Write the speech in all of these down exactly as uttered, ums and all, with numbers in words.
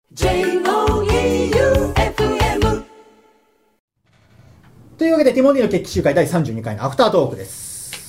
ジェイオーイーユーエフエムというわけでティモンディの決起集会だいさんじゅうにかいのアフタートークです。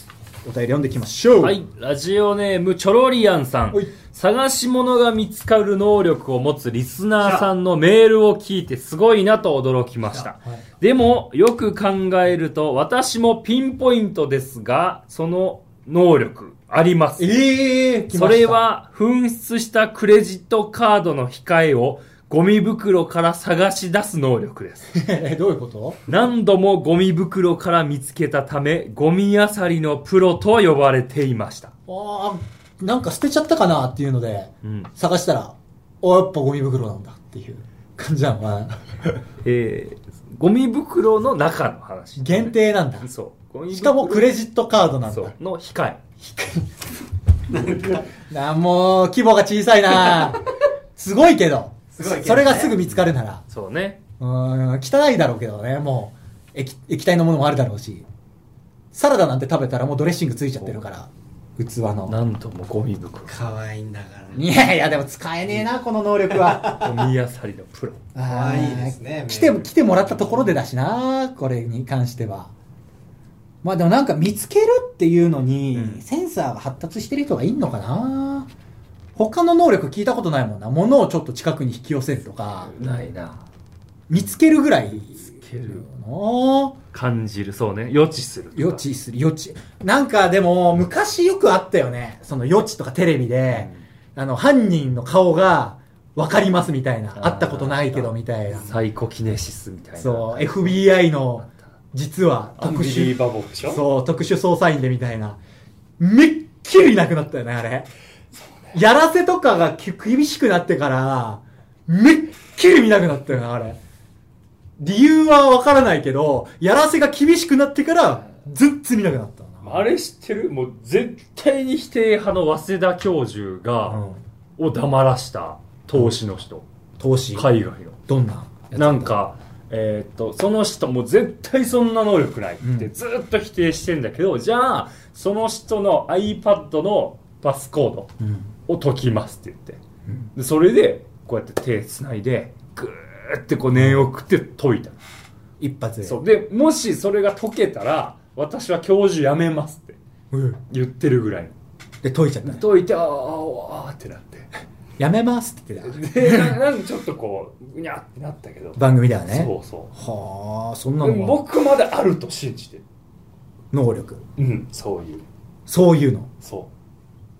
お便り読んでいきましょう。 はい、ラジオネームチョロリアンさん。探し物が見つかる能力を持つリスナーさんのメールを聞いてすごいなと驚きました、はい、でもよく考えると私もピンポイントですがその能力あります。 えー、 それは紛失したクレジットカードの控えをゴミ袋から探し出す能力です。 どういうこと？ 何度もゴミ袋から見つけたためゴミ漁りのプロと呼ばれていました。 あー、なんか捨てちゃったかなっていうので、うん、探したらおやっぱゴミ袋なんだっていう感じなのかな。えー、ゴミ袋の中の話、 限定なんだ。 そうしかもクレジットカードなんだ。 そうの控えなんかなもう規模が小さいな。すごいけどすごいけど、ね、それがすぐ見つかるならそうね、 うーん汚いだろうけどね。もう 液, 液体のものもあるだろうし、サラダなんて食べたらもうドレッシングついちゃってるから器のなんともゴミ袋可愛いんだから、ね、 いやいやでも使えねえなこの能力は。 ゴミ漁りのプロ。 可愛いですね。 来て来てもらったところでだしな、これに関しては。まあでもなんか見つけるっていうのに、うん、センサーが発達してる人がいんのかな。他の能力聞いたことないもんな。物をちょっと近くに引き寄せるとかないな。 見つけるぐらい見つけるの感じる。そうね、予知する予知する予知なんかでも昔よくあったよね、その予知とかテレビで、うん、あの犯人の顔が分かりますみたいな、会ったことないけどみたいな、 サイコキネシスみたいな。 そう エフビーアイ の実は特殊そう特殊捜査員でみたいな、めっきりいなくなったよねあれ、ね、やらせとかが厳しくなってからめっきり見なくなったよねあれ。理由はわからないけどやらせが厳しくなってから全然見なくなったな。 あれ知ってる？もう絶対に否定派の早稲田教授が、うん、を黙らした投資の人、 投資海外のどんなやつなんかえー、っとその人も絶対そんな能力ないってずっと否定してんだけど、うん、じゃあその人の iPad のパスコードを解きますって言って、うん、でそれでこうやって手つないでグーってこう念を送って解いた、 一発で。 そうでもしそれが解けたら私は教授辞めますって言ってるぐらい、 うん、で解いちゃった、ね、 解いてあーあーってなってやめますって言ってた。でななんかちょっとこうぐにゃってなったけど番組ではね。 そうそう。 はあ、そんなのが僕まであると信じてる。 能力。 うん、そういうそういうの。 そう。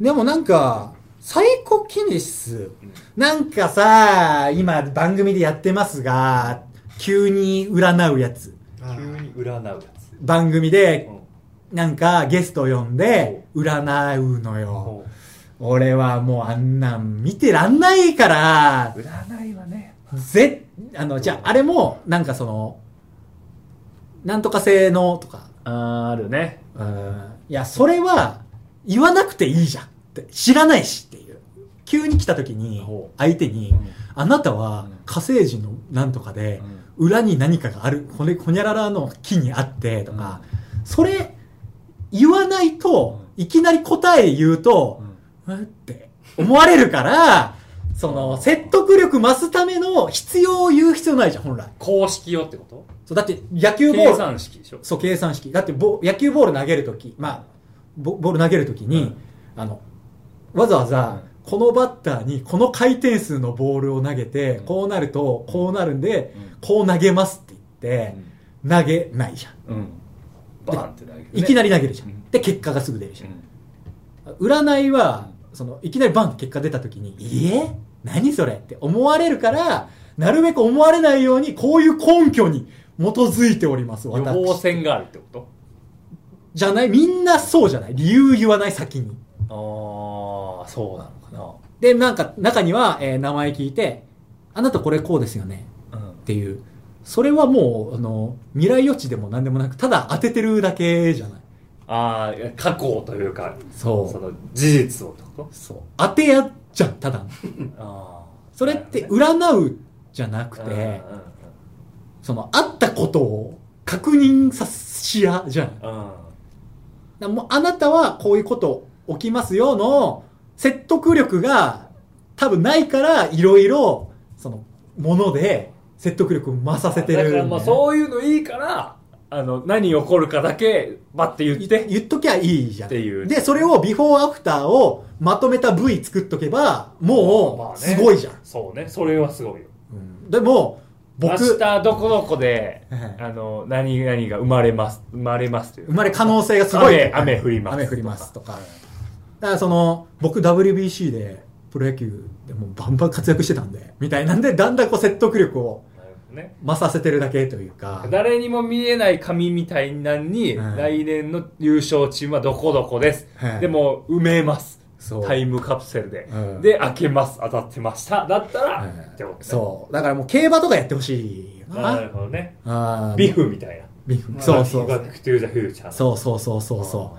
でもなんかサイコキネシス、うん、なんかさ今番組でやってますが急に占うやつ。 急に占うやつ。 番組で、うん、なんかゲスト呼んで占うのよ。俺はもうあんなん見てらんないから。 占いはね。 ぜ、あの、じゃあ、あれも、なんかその、なんとか性能とか。 あー、あるね。 うん。いや、それは、言わなくていいじゃんって。知らないしっていう。急に来た時に、相手に、うん、あなたは火星人のなんとかで、うん、裏に何かがある、これ、こにゃららの木にあって、とか、うん、それ、言わないと、いきなり答え言うと、うんって思われるからその説得力増すための必要を言う必要ないじゃん本来。 公式よってこと？ そうだって野球ボール計算式でしょ。 そう計算式だってボ野球ボール投げるとき、まあボボール投げるときに、うん、あのわざわざ、うん、このバッターにこの回転数のボールを投げて、うん、こうなるとこうなるんで、うん、こう投げますって言って、うん、投げないじゃん。うん、 バーンって投げる、ね、 いきなり投げるじゃん。うん、で結果がすぐ出るじゃん。うん、占いはそのいきなりバンって結果出た時にいえ何それって思われるからなるべく思われないようにこういう根拠に基づいております。 予防線があるってことじゃない？みんなそうじゃない？理由言わない先に。 ああそうなのかな。 でなんか中には、えー、名前聞いてあなたこれこうですよね、うん、っていうそれはもうあの未来予知でも何でもなくただ当ててるだけじゃない。 ああ過去というかそうその事実をってこと？ そう当てやっちゃんただあそれって占うじゃなくて、ね、そのあったことを確認さしやじゃん。だもうあなたはこういうこと起きますよの説得力が多分ないからいろいろそのもので説得力を増させてるんだよね。 だからまあそういうのいいからあの何起こるかだけバッて言って言っときゃいいじゃんっていう。 でそれをビフォーアフターをまとめた ブイ 作っとけばもうすごいじゃん、 まあね、そうね、それはすごいよ、 うん、でも僕明日どこどこであの何々が生まれます生まれますという生まれ可能性がすごい雨雨降ります雨降りますとか、だからその僕 ダブリュービーシー でプロ野球でもうバンバン活躍してたんでみたいなんでだんだんこう説得力をね、 増させてるだけというか、 誰にも見えない紙みたいなのに、 うん、 来年の優勝チームはどこどこです、 はい、 でも埋めますそうタイムカプセルで、 うん、 で開けます当たってましただったら、うん、ってことね、 そうだからもう競馬とかやってほしいよな。 なるほどね。 あビフみたいなビフ、そうそうバックトゥーザフューチャー、 そうそうそうそうそう、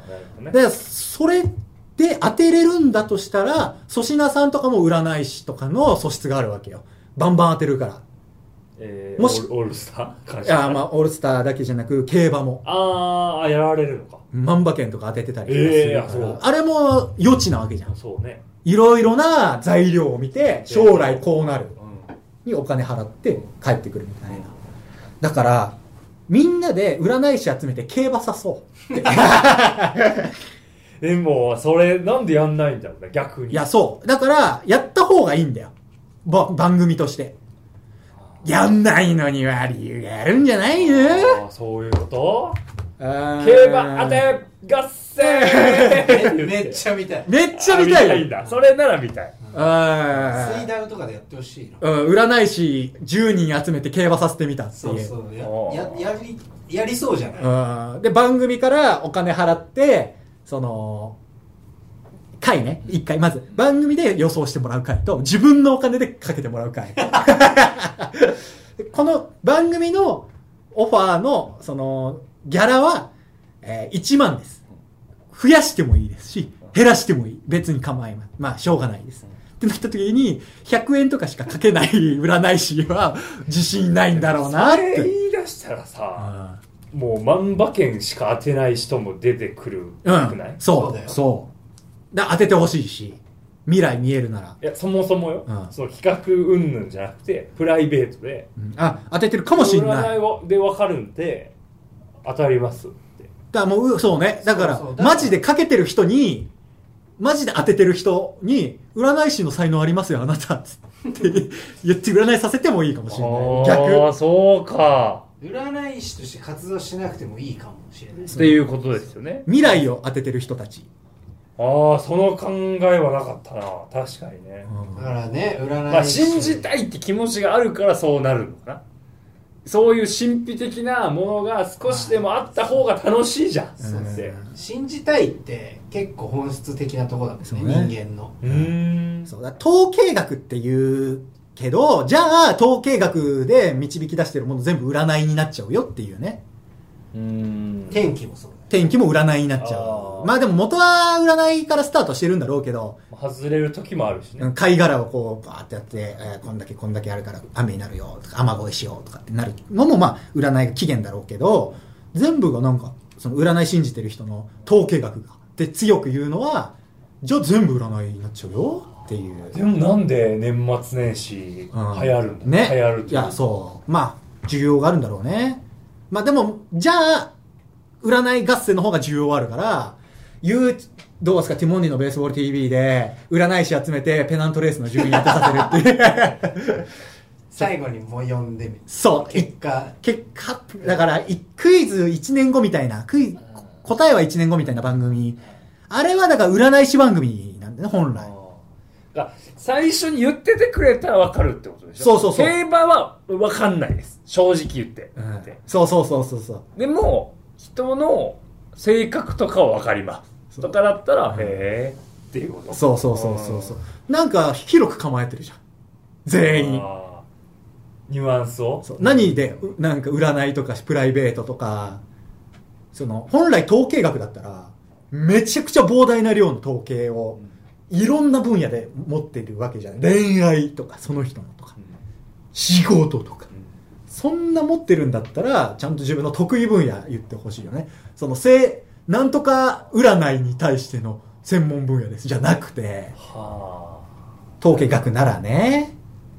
ね、 でそれで当てれるんだとしたら粗品さんとかも占い師とかの素質があるわけよ。バンバン当てるから。 えー、 もしオールスター、 いやまあオールスターだけじゃなく競馬もああやられるのか、 万馬券とか当ててたりするから、えー、あれも余地なわけじゃん。 そうね、 いろいろな材料を見て将来こうなるにお金払って帰ってくるみたいな。だからみんなで占い師集めて競馬さそうでもそれなんでやんないんだろうね逆に。 いやそうだからやった方がいいんだよ番組として。やんないのには理由があるんじゃないの？ あ、そういうこと？ 競競馬当て合戦め, めっちゃ見たい。 めっちゃ見たい。 見たいんだ。それなら見たい。 あ水ダウとかでやってほしいの。うん、占い師じゅうにん集めて競馬させてみたっていう。 そうそうやややりやりそうじゃない。 うん。で番組からお金払ってその回ね、一回まず番組で予想してもらう回と自分のお金でかけてもらう回この番組のオファーのそのギャラは、えー、いちまんです。増やしてもいいですし減らしてもいい、別に構いません。まあしょうがないです、ってなった時にひゃくえんとかしかかけない占い師は自信ないんだろうなって。 それ言い出したらさ、もう万馬券しか当てない人も出てくるくない？ うん、そうだよ。そうだ、当ててほしいし未来見えるなら。 いやそもそもよ、うん、その企画云々じゃなくてプライベートで、 うん、あ当ててるかもしれない。 占いで分かるんで当たりますって。 だからもうそうね、だからそうそうだマジでかけてる人にマジで当ててる人に占い師の才能ありますよあなたって言って占いさせてもいいかもしれない。逆。 ああそうか。 占い師として活動しなくてもいいかもしれないっていうことですよね。 未来を当ててる人たち。 ああその考えはなかったな。確かにね、 うん、だからね占い師、 まあ、信じたいって気持ちがあるからそうなるのかな。そういう神秘的なものが少しでもあった方が楽しいじゃん、 そうって。 信じたいって結構本質的なところだもんね、 ね人間の。 うーんそうだ、統計学っていうけど、じゃあ統計学で導き出してるもの全部占いになっちゃうよっていうね。 うーん天気もそうだよ。 天気も占いになっちゃう。まあでも元は占いからスタートしてるんだろうけど、 外れる時もあるしね。 貝殻をこうバーってやって、えー、こんだけこんだけあるから雨になるよとか雨乞いしようとかってなるのもまあ占いが起源だろうけど、全部がなんかその占い信じてる人の統計学がで強く言うのは、じゃあ全部占いになっちゃうよっていう。 でもなんで年末年始流行るんだ、 うん、ね。 流行るいやそうまあ需要があるんだろうね。まあでもじゃあ占い合戦の方が需要あるから、言う、どうですか、ティモンディのベースボール ティーブイ で、占い師集めてペナントレースの順位当てさせるっていう。 最後にもう読んでみる。 そう。 結果。 結果、だから、クイズいちねんごみたいな、クイ答えはいちねんごみたいな番組。あれはだから占い師番組なんだね、本来。 最初に言っててくれたら分かるってことでしょ。 そうそうそう。 競馬は分かんないです。正直言って。 うん、そうそうそうそうそう。 でも、人の性格とかは分かります。とかだったら、うん、へーっていうこと。 そうそうそうそうそう。なんか広く構えてるじゃん。全員。 ニュアンスを。 何で、なんか占いとかプライベートとか、その、本来統計学だったら、めちゃくちゃ膨大な量の統計を、いろんな分野で持っているわけじゃない。恋愛とか、その人のとか、うん、仕事とか、うん、そんな持ってるんだったら、ちゃんと自分の得意分野言ってほしいよね。その、せい、なんとか占いに対しての専門分野です。じゃなくて、はあ、統計学ならね、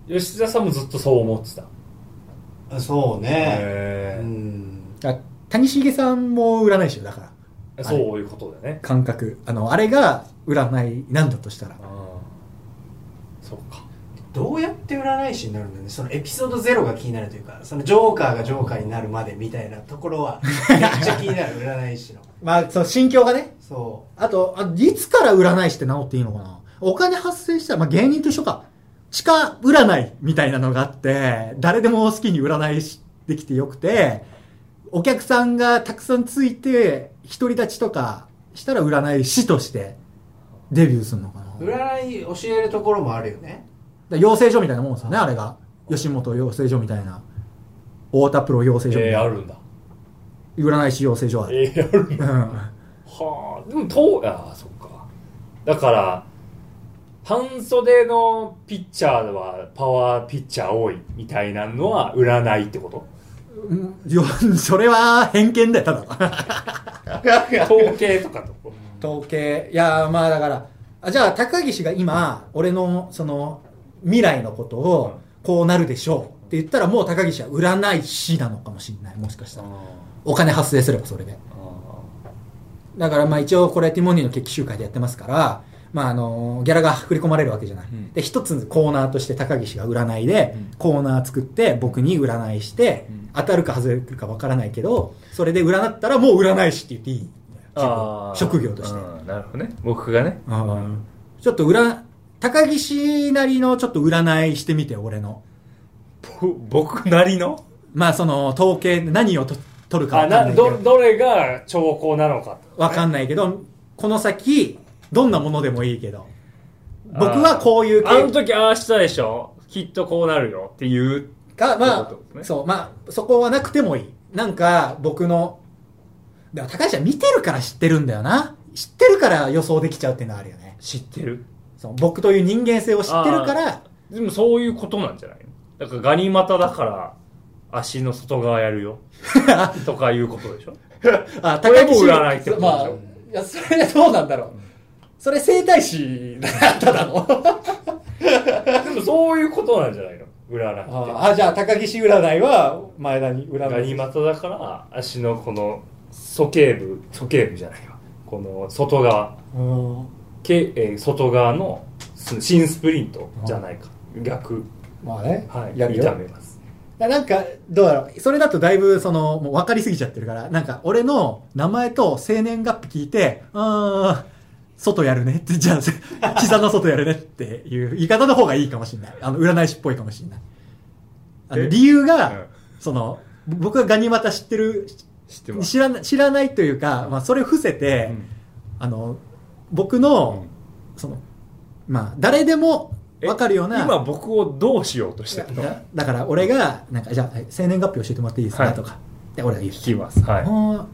吉田さんもずっとそう思ってた。 あそうねへーうんあ谷繁さんも占い師よだからそういうことだよね。 感覚あのあれが占いなんだとしたらああそうか。 どうやって占い師になるんだね。そのエピソードゼロが気になるというか、そのジョーカーがジョーカーになるまでみたいなところはめっちゃ気になる占い師の。 まあその心境がねそあとあいつから占い師って名乗っていいのかなお金発生したら、まあ、芸人と一緒か地下占いみたいなのがあって誰でも好きに占いできてよくてお客さんがたくさんついて独り立ちとかしたら占い師としてデビューするのかなう。占い教えるところもあるよね。 だ養成所みたいなもんですよねあれが吉本養成所みたいな太田プロ養成所みたいな、 えー、あるんだ。 占い師養成所ある、 えー、あるんだ。 うんはあ、でもとああそっか。だから半袖のピッチャーはパワーピッチャー多いみたいなのは占いってこと？ うんよそれは偏見だよただ統計とかと統計いやまあだからあじゃあ高岸が今俺のその未来のことをこうなるでしょうって言ったらもう高岸は占い師なのかもしれないもしかしたらお金発生すればそれでだからまあ一応これティモンディの決起集会でやってますからまああのギャラが振り込まれるわけじゃない、うん、で一つコーナーとして高岸が占いでコーナー作って僕に占いして、うん、当たるか外れるかわからないけどそれで占ったらもう占い師って言っていい職業としてなるほどね僕がねちょっと占高岸なりのちょっと占いしてみて俺の僕なりのまあその統計何をと取るかわかんないけどどどれが兆候なのかわかんないけどこの先どんなものでもいいけど僕はこういうあの時ああしたでしょきっとこうなるよっていうかまあ、ね、そうまあそこはなくてもいいなんか僕のだから高橋は見てるから知ってるんだよな知ってるから予想できちゃうっていうのはあるよね知ってるそう僕という人間性を知ってるからでもそういうことなんじゃないのだからガニ股だから足の外側やるよとかいうことでしょあこれも占いってことでしょ、 まあ、いやそれどうなんだろうそれ整体師ただのでもそういうことなんじゃないの占いってああじゃあ高岸占いは前田に占いガニ股だから足のこの鼠径部鼠径部じゃないわこの外側け、えー、外側の新スプリントじゃないか逆まあね、 はい、 やるよ痛めますなんかどうだろうそれだとだいぶそのもう分かりすぎちゃってるからなんか俺の名前と生年月日聞いてあー外やるねってじゃあ膝の外やるねっていう言い方の方がいいかもしれないあの占い師っぽいかもしれないあの理由が、うん、その僕がガニ股知ってる知ってます知らな知らないというか、まあ、それを伏せて、うん、あの僕の、うん、そのまあ誰でも分かるような今僕をどうしようとしてるのだ, だから俺がなんかじゃあ生年月日教えてもらっていいですか、はい、とかで俺が言う聞きますはい、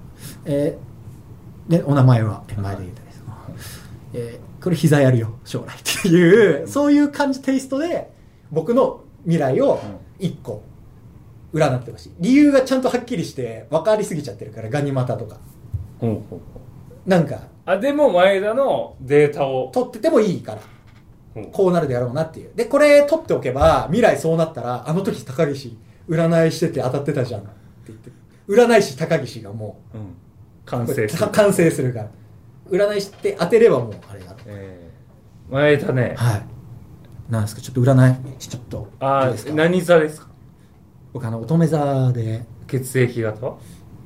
えー、でお名前は前で言うたりです、えー、これ膝やるよ将来っていう、うん、そういう感じテイストで僕の未来を一個占ってほしい理由がちゃんとはっきりして分かりすぎちゃってるからガニ股とか、 うん、 なんかあでも前田のデータを取っててもいいからこうなるであろうなっていうでこれ取っておけば未来そうなったらあの時高岸占いしてて当たってたじゃんって言って占い師高岸がもう、うん、 完成する完成するから占いして当てればもうあれだ、 えー、前田ねはいなんですかちょっと占いちょっとあ何座ですか僕あの乙女座で血液型は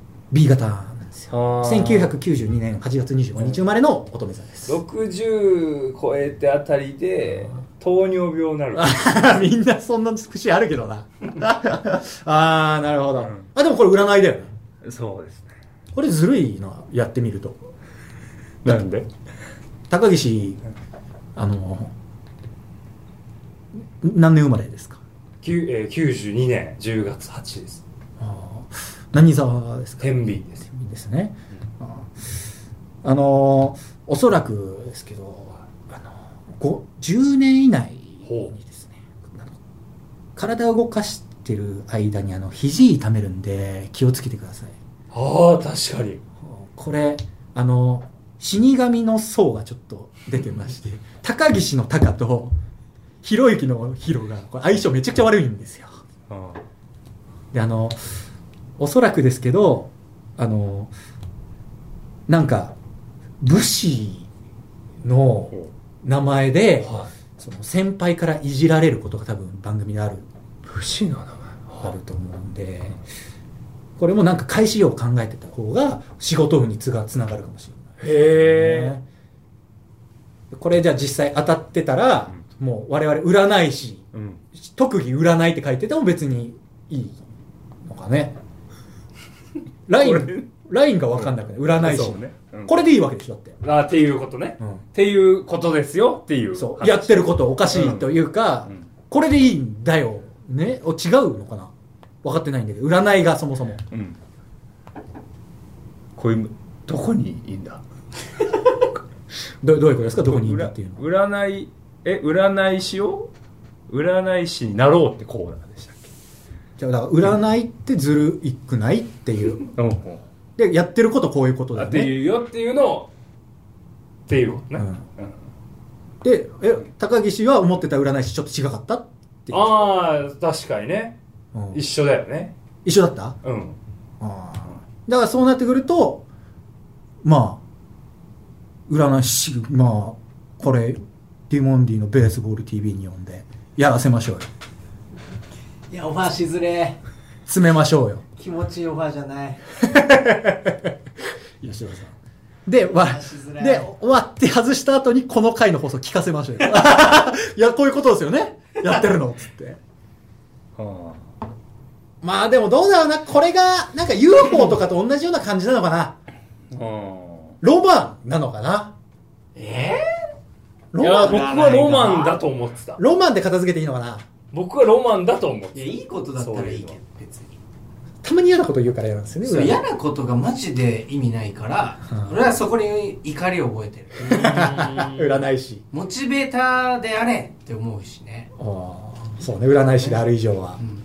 B 型なんですよせんきゅうひゃくきゅうじゅうにねんはちがつにじゅうごにち生まれの乙女座ですろくじゅう超えてあたりで糖尿病になるみんなそんな節あるけどなああなるほど、うん、あでもこれ占いだよねそうですねこれずるいなやってみるとなんで高岸あの何年生まれですかきゅう、えー、きゅうじゅうにねんじゅうがつはちですあ何座ですか天秤です天秤ですね、うん、あ, あのおそらくですけどあのじゅうねん以内にですね体を動かしてる間にあの肘痛めるんで気をつけてくださいああ確かにこれあの死神の層がちょっと出てまして高岸の高とひろゆきのヒロがこれ相性めちゃくちゃ悪いんですよ。 うん、 であのおそらくですけどあのなんか武士の名前で、はい、その先輩からいじられることが多分番組である武士の名前あると思うんで、これもなんか返しよう考えてた方が仕事運につがつながるかもしれない。 へえ。これじゃあ実際当たってたら、うん、もう我々占い師、うん、特技占いって書いてても別にいいのかね。ラインラインが分かんなくない、占い師、ねうん、これでいいわけでしょだって。 あっていうことね、うん、っていうことですよっていう。 そうやってることおかしいというか、うんうん、これでいいんだよね。お違うのかな分かってないんだけど、占いがそもそも、うん、 こういうどこにいいんだど, どういうことですか、どこにいいんだっていうの。 占いえ占い師を占い師になろうってコーナーでしたっけ。 じゃあだから占いってずるいくないっていう、うん、でやってることこういうことだよねっていうよっていうのをっていうことね、うんうん、 でえ高岸は思ってた占い師ちょっと違かったっていう。 ああ確かにね、うん、一緒だよね。 一緒だった。うんあだからそうなってくるとまあ占い師まあこれティモンディのベースボール ティーブイ に呼んでやらせましょうよ。 いやオファーしづれ詰めましょうよ。気持ちいいオファーじゃない吉田さんでわで終わって外した後にこの回の放送聞かせましょうよいやこういうことですよねやってるのっつってはあ、まあでもどうだろうな、これがなんか ユーフォー とかと同じような感じなのかな、はあ、ロマンなのかな。 えー、ロマン。いや僕はロマンだと思ってた。 ロマンで片付けていいのかな。 僕はロマンだと思ってた。 いやいいことだったらいいけど別にたまに嫌なこと言うから嫌なんですよね。 そう嫌なことがマジで意味ないから、うん、俺はそこに怒りを覚えてる占い師モチベーターであれって思うしね。 あそうね、占い師である以上は、うん、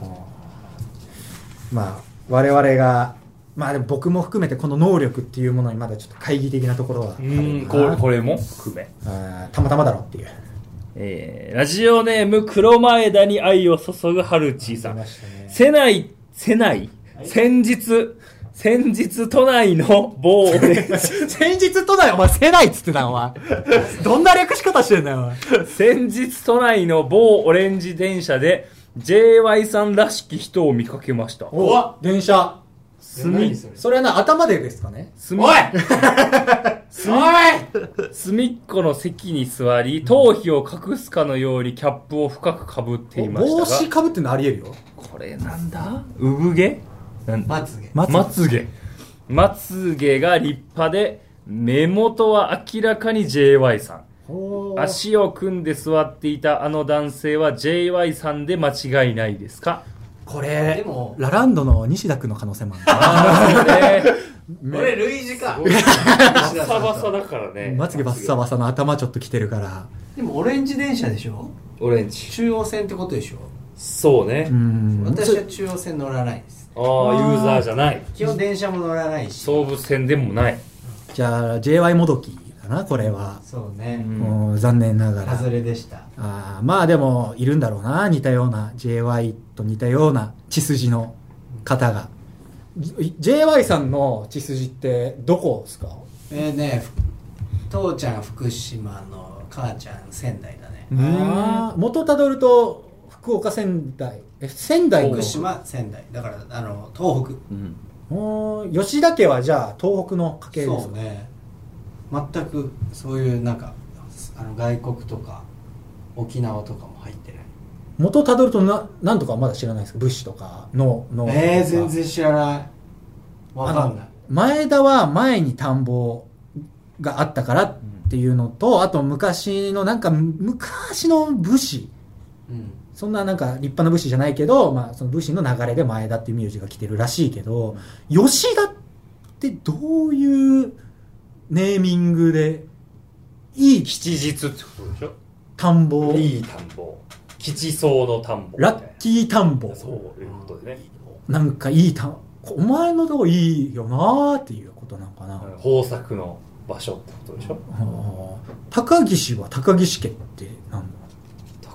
まあ我々がまあでも僕も含めてこの能力っていうものにまだちょっと懐疑的なところはあるうんこれ、これも含めあたまたまだろっていう、 えー、ラジオネーム黒前田に愛を注ぐ春地さん、ね、せないせない先日先日都内の某先日都内お前せないっつってたお前どんな略し方してんだよお前。 先日都内の某オレンジ電車で ジェイワイ さんらしき人を見かけました。 お電車すみそれはな頭でですかね。 すみおい隅っこの席に座り頭皮を隠すかのようにキャップを深くかぶっていましたが、 帽子かぶってんのありえるよ。 これなんだ産毛まつげまつげまつげが立派で目元は明らかに ジェイワイ さん。足を組んで座っていたあの男性は ジェイワイ さんで間違いないですか。 これでもラランドの西田君の可能性もあるねこれ類似かバッサバサだからね。 まつげバッサバサの頭ちょっと来てるから。 でもオレンジ電車でしょ。 オレンジ中央線ってことでしょ。 そうね。うん私は中央線乗らないです。 ああユーザーじゃない。 基本電車も乗らないし総武線でもない。 じゃあ ジェイワイ もどきかなこれは。 そうね、 もう残念ながら外れでした。 あまあでもいるんだろうな似たような ジェイワイ と似たような血筋の方が。 ジェイワイ さんの血筋ってどこですか。 えーね父ちゃん福島の母ちゃん仙台だね。 あ元たどると福岡仙台え仙台福島仙台だからあの東北、 うん、吉田家はじゃあ東北の家系ですか。 そうね全くそういうなんかあの外国とか沖縄とかも入ってない。 元たどるとななんとかはまだ知らないですか。武士とかののえー、全然知らないわかんない。 前田は前に田んぼがあったからっていうのと、あと昔のなんか昔の武士、うん、そんななんか立派な武士じゃないけど、まあ、その武士の流れで前田っていう名字が来てるらしいけど、うん、吉田ってどういうネーミングでいい吉日ってことでしょ。 田んぼいい田んぼ吉草の田んぼラッキー田んぼそういうことでね。 なんかいい田お前のとこいいよなーっていうことなのかな。 豊作の場所ってことでしょ。 高岸は高岸家って何だ。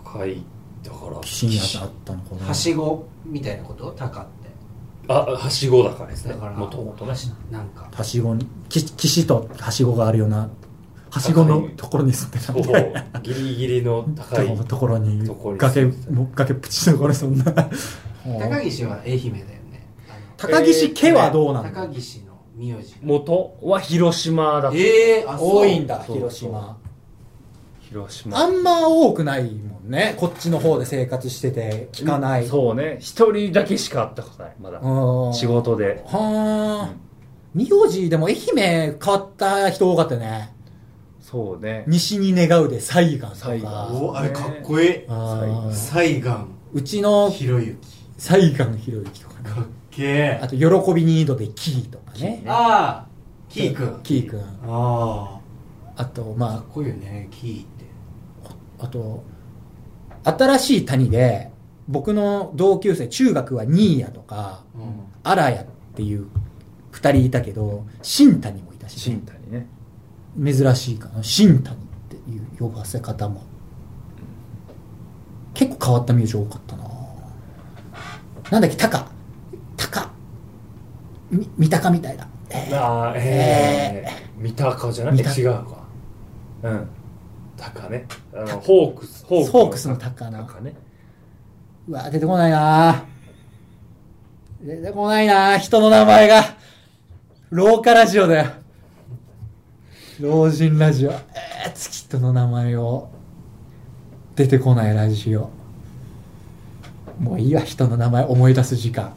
高いだから岸にあったのかな。 はしごみたいなこと高って。 あ、はしごだからですね。 だからもともとね。 なんかはしごに岸岸とはしごがあるようなはしごのところに住んでたんで、 ギリギリの高いところにところに崖もう崖プチのところにそんな高岸は愛媛だよね。 高岸家はどうなんだ。 高岸の名字元は広島だった。 ええー、あ多いんだそう広島。 広島あんま多くないもんね、こっちの方で生活してて聞かない。 そうね、一人だけしか会ったことないまだうん仕事で。 はあ、名字でも愛媛変わった人多かったよね。 そうね、 西に願うで西岸と西岸か。 おあれかっこいい。 あー西岸うちのひろゆき西岸ひろゆきとかね。 かっけえ。 あと喜びに井戸でキーとかね。 ああキーくん。 キーくん。 ああとあまあかっこいいよねキーって。 あと新しい谷で僕の同級生中学は新谷とかうん荒谷っていう二人いたけど新谷もいたし、 新谷ね。 珍しいかな、新谷っていう呼ばせ方も結構変わった名字多かったな。なんだっけ、タカタカみ三鷹みたいな、えーあーえー、三鷹じゃない？ 三鷹違うか。うん。鷹ね。あのホークスホークスの鷹な。 鷹ね。 うわ出てこないな出てこないな人の名前が。廊下ラジオだよ、老人ラジオ。えー、月人の名前を出てこないラジオ。もういいわ、人の名前思い出す時間。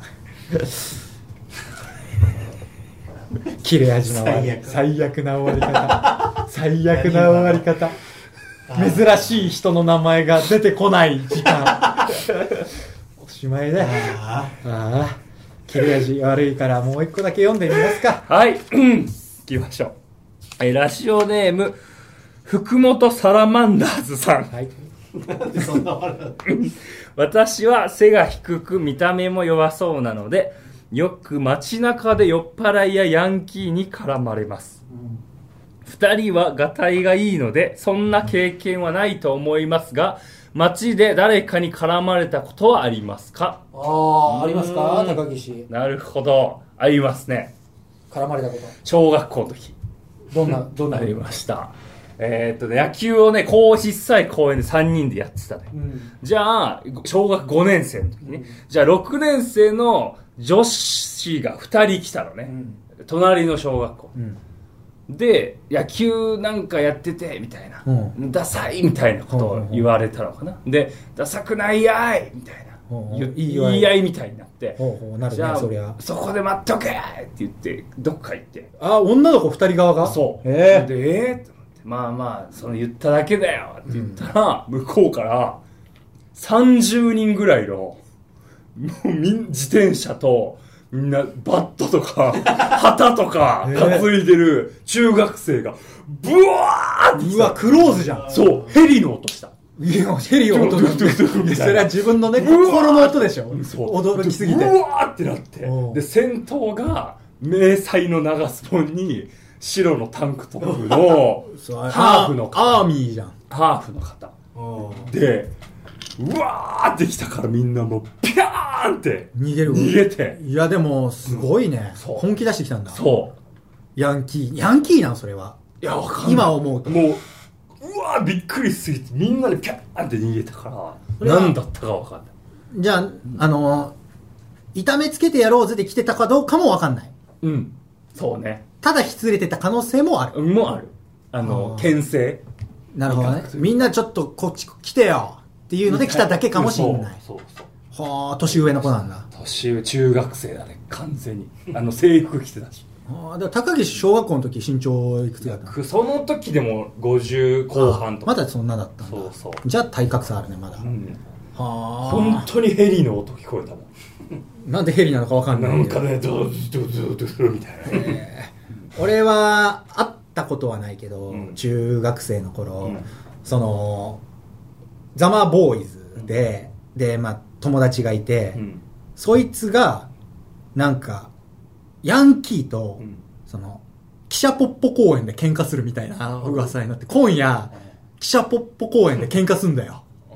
切れ味の終わり、最悪な終わり方、最悪な終わり方。珍しい人の名前が出てこない時間。おしまいだよ。 あああ、切れ味悪いからもう一個だけ読んでみますか。 はい行きましょう。えーラジオネーム福本サラマンダーズさん。 はい。 あなんでそんな笑う。 私は背が低く見た目も弱そうなのでよく街中で酔っ払いやヤンキーに絡まれます。二人はがたいがいいのでそんな経験はないと思いますが、街で誰かに絡まれたことはありますか？ ああ、ありますか、 うん高岸。 なるほど、ありますね。 絡まれたこ小学校の時と。どんな、どんなありました。えーっとね、野球をね、こう小さい公園でさんにんでやってたね。 うん。 じゃあ、小学ごねん生の時ね。じゃあ、ろくねん生の女子がふたり来たのね。 うん。 隣の小学校。 うん。 で、野球なんかやってて、みたいな。 うんダサいみたいなことを言われたのかな。で、ダサくないやいみたいな。 ほうほう言いいわい言い合いみたいになって。 ほうほう、なるねじゃあ、 そりゃ。 そこで待っとけって言って、どっか行って。 あ、女の子二人側がそう。 へえ。 で、えー、って思って、まあまあ、その言っただけだよって言ったら、向こうからさんじゅうにんぐらいの、もうみん自転車と、みんなバットとか、旗とかへえ担いでる中学生が、ブワーって来たうわ、クローズじゃん。 そう、ヘリの音した。 いや、ヘリ音なんドゥドゥドゥドゥみたいなそれは自分のね、 うわ心の音でしょ。 そう驚きすぎて。 うわーってなっておうで先頭が迷彩の長スポンに白のタンクトップのそうハーフの方アーミーじゃん。 ハーフの方でうわーって来たからみんなもうピャーンって逃げる。 逃げていや、でも、すごいね。 そう本気出してきたんだ。 そうヤンキー。ヤンキーなんそれは。 いやわかんない今思うと。 もううわーびっくりしすぎてみんなでピャーンって逃げたかそれはら何だったかわかんないじゃあ、あの、痛めつけてやろうぜで来てたかどうかもわかんない。 うんそうねただ引き連れてた可能性もある。 もあるあのあー牽制なるほどね。みんなちょっとこっち来てよっていうので来ただけかもしれない。 そうそうそうはあ、年上の子なんだ。 年上中学生だね完全にあの制服着てたしああ、でも高岸小学校の時身長いくつだったの？ その時でもごじゅうこう半とかまだそんなだったんだ。 そうそうじゃあ体格差あるね、まだ。 うんは本当にヘリの音聞こえたもんあ。なんでヘリなのかわかんないなんけど。 かねドゥドゥドゥドゥドゥみたいな俺は会ったことはないけど、 うん中学生の頃、 うんそのザマーボーイズで、でまあ友達がいて、 うんそいつがなんかヤンキーと、 うんその汽車ポッポ公園で喧嘩するみたいな噂になって、今夜汽車ポッポ公園で喧嘩すんだよって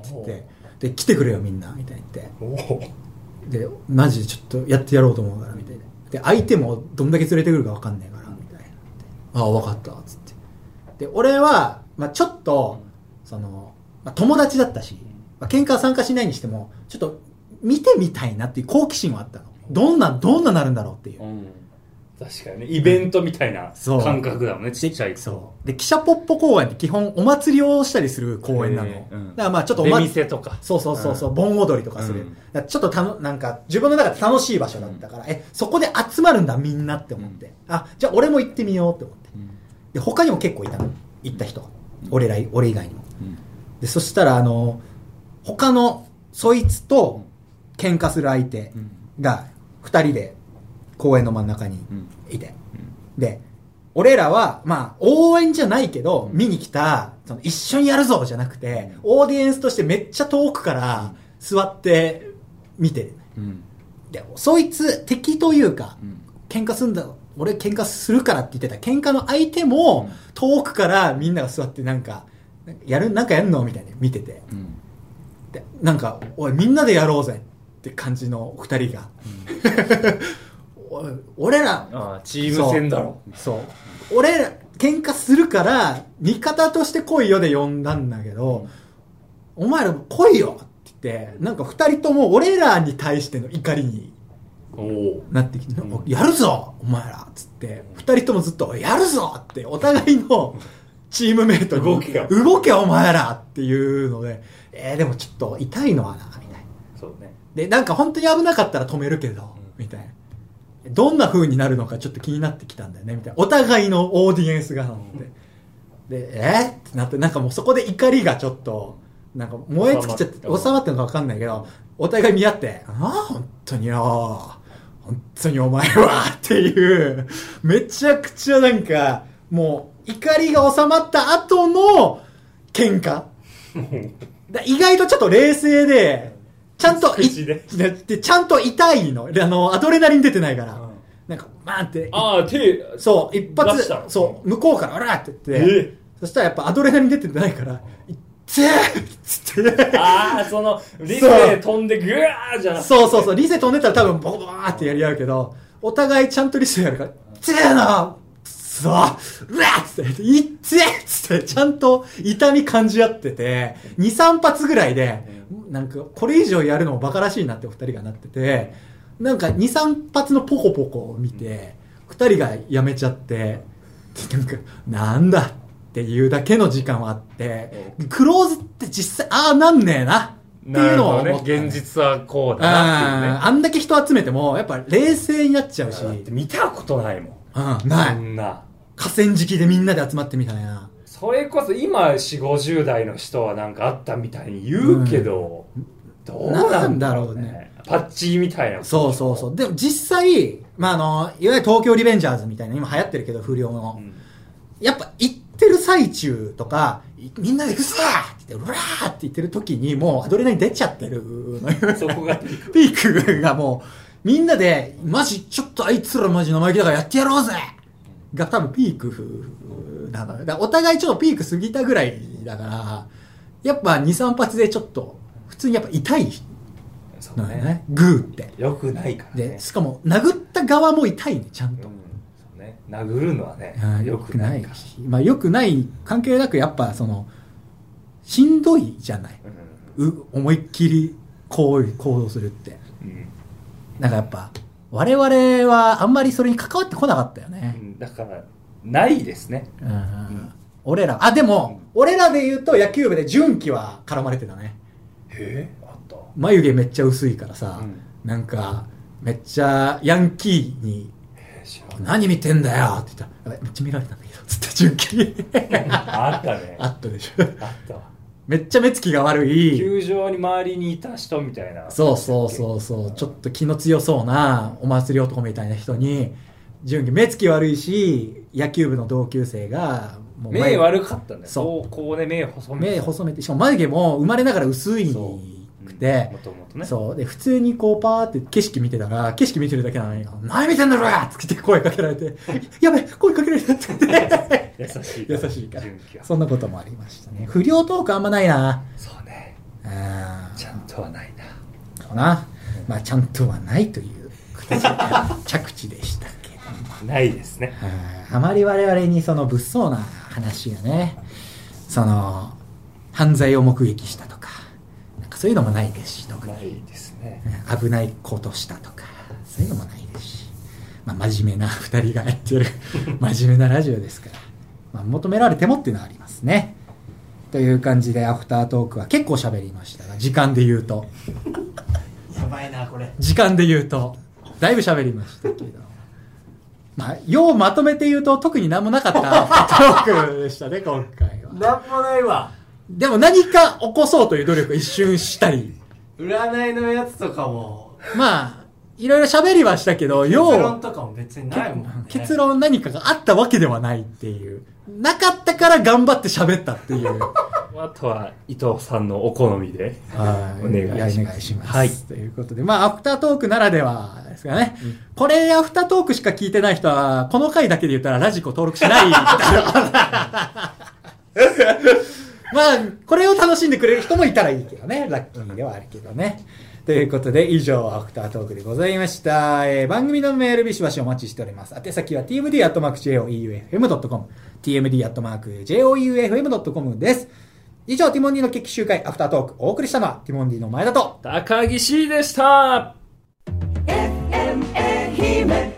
って言ってで来てくれよみんなみたいに言っておでマジでちょっとやってやろうと思うからみたいなで相手もどんだけ連れてくるか分かんないからみたいなああ分かったっつってで俺は、まあ、ちょっとその、まあ、友達だったし、まあ、喧嘩は参加しないにしてもちょっと見てみたいなっていう好奇心はあったのどんなどんななるんだろうっていう、 うん、確かにねイベントみたいな感覚だもんね、ちっちゃいそうで記者ポッポ公園って基本お祭りをしたりする公園なの、 うん、 だからまあちょっとお祭り出店とかそうそうそうそう、うん、盆踊りとかする、うん、だからちょっとたのなんか自分の中で楽しい場所だったから、うん、えそこで集まるんだみんなって思って、うん、あじゃあ俺も行ってみようって思って、うん、で他にも結構いたの行った人、うん、俺ら俺以外にも、うん、でそしたらあの他のそいつと喧嘩する相手がふたりで公園の真ん中にいて、うん、で俺らはまあ応援じゃないけど見に来たその一緒にやるぞじゃなくてオーディエンスとしてめっちゃ遠くから座って見てる、うん、でそいつ敵というか、うん、喧嘩するんだ俺喧嘩するからって言ってた喧嘩の相手も遠くからみんなが座ってなんかやるなんかやるのみたいな見てて、うん、でなんかおいみんなでやろうぜって感じのふたりが、うん、俺らあチーム戦だろそうそう俺ら喧嘩するから味方として来いよで呼んだんだけど、うん、お前ら来いよって言ってなんかふたりとも俺らに対しての怒りになってきて、うん、やるぞお前らっつってふたりともずっとやるぞってお互いのチームメイトに動けよ動けお前らっていうのでえー、でもちょっと痛いのはなみたいなそうねでなんか本当に危なかったら止めるけど、うん、みたいなどんな風になるのかちょっと気になってきたんだよねみたいなお互いのオーディエンスがなので、でえー、ってなってなんかもうそこで怒りがちょっとなんか燃え尽きちゃって収まってるのか分かんないけどお互い見合ってああ本当によ本当にお前はっていうめちゃくちゃなんかもう怒りが収まった後の喧嘩だ意外とちょっと冷静でちゃんといでちゃんと痛いのあのアドレナリン出てないから、うん、なんかバーンってああ手そう一発そう向こうからあらって言って、えー、そしたらやっぱアドレナリン出てないからいってーっつってああそのリセ飛んでグワーじゃなくてそうそうそうリセ飛んでたら多分ボコボコーってやり合うけどお互いちゃんとリセやるからつえなそううわっつっていってっつってちゃんと痛み感じ合ってて にさん 発ぐらいでなんかこれ以上やるのもバカらしいなってお二人がなっててなんか にさん 発のポコポコを見てふたりがやめちゃってなんかなんだっていうだけの時間はあってクローズって実際ああなんねえなっていうのを思った、ね、 現実はこうだなっていうねあ, あんだけ人集めてもやっぱ冷静になっちゃうし見たことないもん、 うん、ないそんな河川敷でみんなで集まってみたいなそれこそ今 よんじゅうごじゅう代の人はなんかあったみたいに言うけど、うん、どうなんだろう ね, なんだろうねパッチみたいなそうそうそうでも実際、まあ、あのいわゆる東京リベンジャーズみたいな今流行ってるけど不良の、うん、やっぱ行ってる最中とかみんなで行くぞーって言ってうわーって言ってる時にもうアドレナリン出ちゃってるのよそこがピークピークがもうみんなでマジちょっとあいつらマジ生意気だからやってやろうぜが多分ピークなのよ。だからお互いちょっとピーク過ぎたぐらいだからやっぱ にさん 発でちょっと普通にやっぱ痛いそうね、 ね、グーってよくないからねでしかも殴った側も痛いねちゃんと、うんそうね、殴るのはねよくないからまあよくない関係なくやっぱそのしんどいじゃない、うん、う思いっきりこう行動するって、うん、なんかやっぱ我々はあんまりそれに関わってこなかったよね、うん、 だからないですね、 うんうん、俺らあでも、うん、俺らで言うと野球部で純喜は絡まれてたねへえあった眉毛めっちゃ薄いからさ、うん、なんかめっちゃヤンキーに何見てんだよって言ったらめっちゃ見られたんだけどつって純喜あったねあったでしょあったわめっちゃ目つきが悪い球場に周りにいた人みたいなそうそうそうそうちょっと気の強そうなお祭り男みたいな人に純喜目つき悪いし野球部の同級生がもう目悪かったんだよそうこうね目細めて目細めてしかも眉毛も生まれながら薄いくて、 もともとねそうで普通にこうパーって景色見てたら景色見てるだけなのに何見てんだろやって声かけられてやべ声かけられたって言って優しい優しいからそんなこともありましたね不良トークあんまないなそうねちゃんとはないなかな、まあちゃんとはないという着地でしたけどもないですね。 あまり我々にその物騒な話がね、その犯罪を目撃したとか、なんかそういうのもないですし、特にないですね。 危ないことしたとかそういうのもないですし、まあ、真面目なふたりがやってる真面目なラジオですから、まあ、求められてもっていうのはありますね。という感じでアフタートークは結構喋りましたが、時間で言うとやばいなこれ。 時間で言うとだいぶ喋りましたけど、まあようまとめて言うと特に何もなかったアフタートークでしたね今回は。 なんもないわ。 でも何か起こそうという努力を一瞬したり、 占いのやつとかもまあいろいろ喋りはしたけど、 結よう論とかも別にないもんね。 結論何かがあったわけではないっていう、なかったから頑張って喋ったっていうあとは伊藤さんのお好みではいお願いします。 お願いします、 はい。 ということで、まあアフタートークならではですかね、うん、これアフタートークしか聞いてない人はこの回だけで言ったらラジコ登録しないまあこれを楽しんでくれる人もいたらいいけどね、ラッキーではあるけどね。ということで以上アフタートークでございました。えー、番組のメールビシバシお待ちしております。宛先は ティーエムディーアットマークジェイオーイーユーエフエムドットコム ティーエムディーアットマークジェイオーイーユーエフエムドットコム です。以上ティモンディの決起集会アフタートークお送りしたのはティモンディの前田と高岸でした。 エフエム 愛媛